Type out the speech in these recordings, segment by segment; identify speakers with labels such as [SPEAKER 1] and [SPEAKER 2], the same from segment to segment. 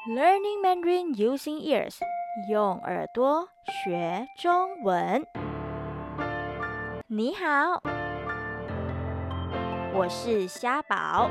[SPEAKER 1] Learning Mandarin using ears， 用耳朵学中文。你好，我是虾宝。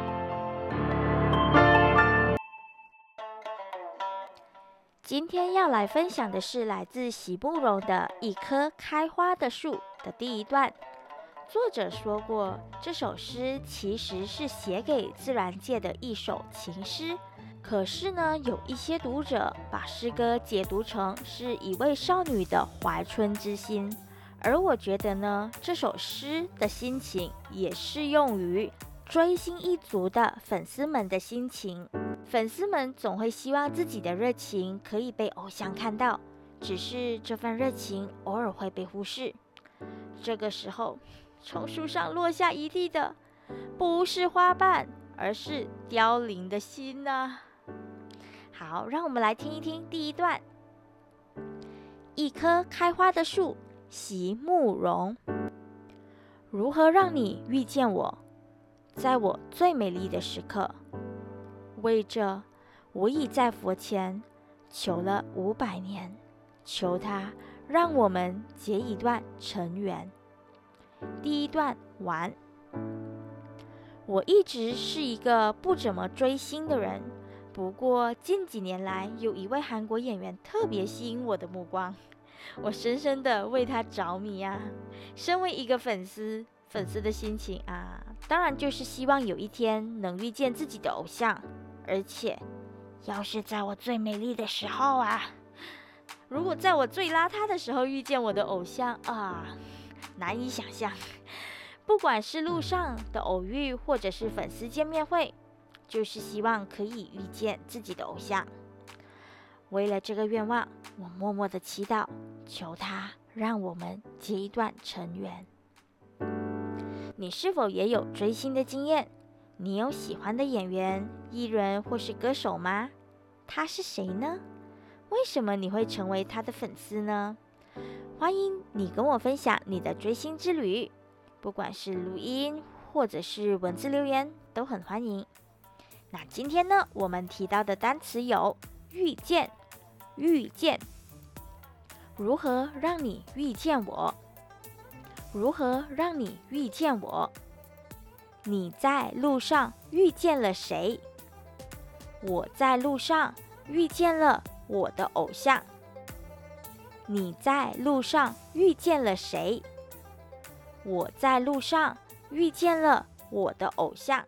[SPEAKER 1] 今天要来分享的是来自席慕容的《一棵开花的树》的第一段。作者说过，这首诗其实是写给自然界的一首情诗。可是呢，有一些读者把诗歌解读成是一位少女的怀春之心，而我觉得呢，这首诗的心情也适用于追星一族的粉丝们的心情。粉丝们总会希望自己的热情可以被偶像看到，只是这份热情偶尔会被忽视。这个时候，从树上落下一地的不是花瓣，而是凋零的心啊！好，让我们来听一听第一段。一棵开花的树，席慕容。如何让你遇见我，在我最美丽的时刻？为这，我已在佛前求了500年，求他让我们结一段尘缘。第一段完。我一直是一个不怎么追星的人，不过近几年来，有一位韩国演员特别吸引我的目光，我深深的为他着迷啊！身为一个粉丝的心情啊，当然就是希望有一天能遇见自己的偶像，而且要是在我最美丽的时候啊，如果在我最邋遢的时候遇见我的偶像啊，难以想象。不管是路上的偶遇，或者是粉丝见面会，就是希望可以遇见自己的偶像。为了这个愿望，我默默的祈祷，求他让我们结一段尘缘。你是否也有追星的经验？你有喜欢的演员、艺人或是歌手吗？他是谁呢？为什么你会成为他的粉丝呢？欢迎你跟我分享你的追星之旅，不管是录音或者是文字留言都很欢迎。那今天呢，我们提到的单词有遇见，遇见。如何让你遇见我？如何让你遇见我？你在路上遇见了谁？我在路上遇见了我的偶像。你在路上遇见了谁？我在路上遇见了我的偶像。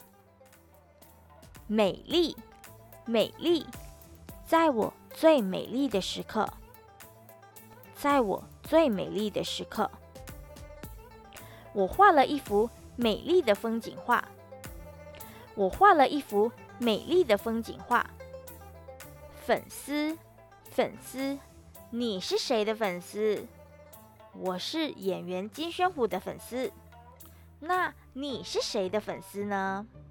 [SPEAKER 1] 美丽，美丽，在我最美丽的时刻，在我最美丽的时刻。我画了一幅美丽的风景画，我画了一幅美丽的风景画。粉丝，粉丝，你是谁的粉丝？我是演员金宣虎的粉丝。那你是谁的粉丝呢？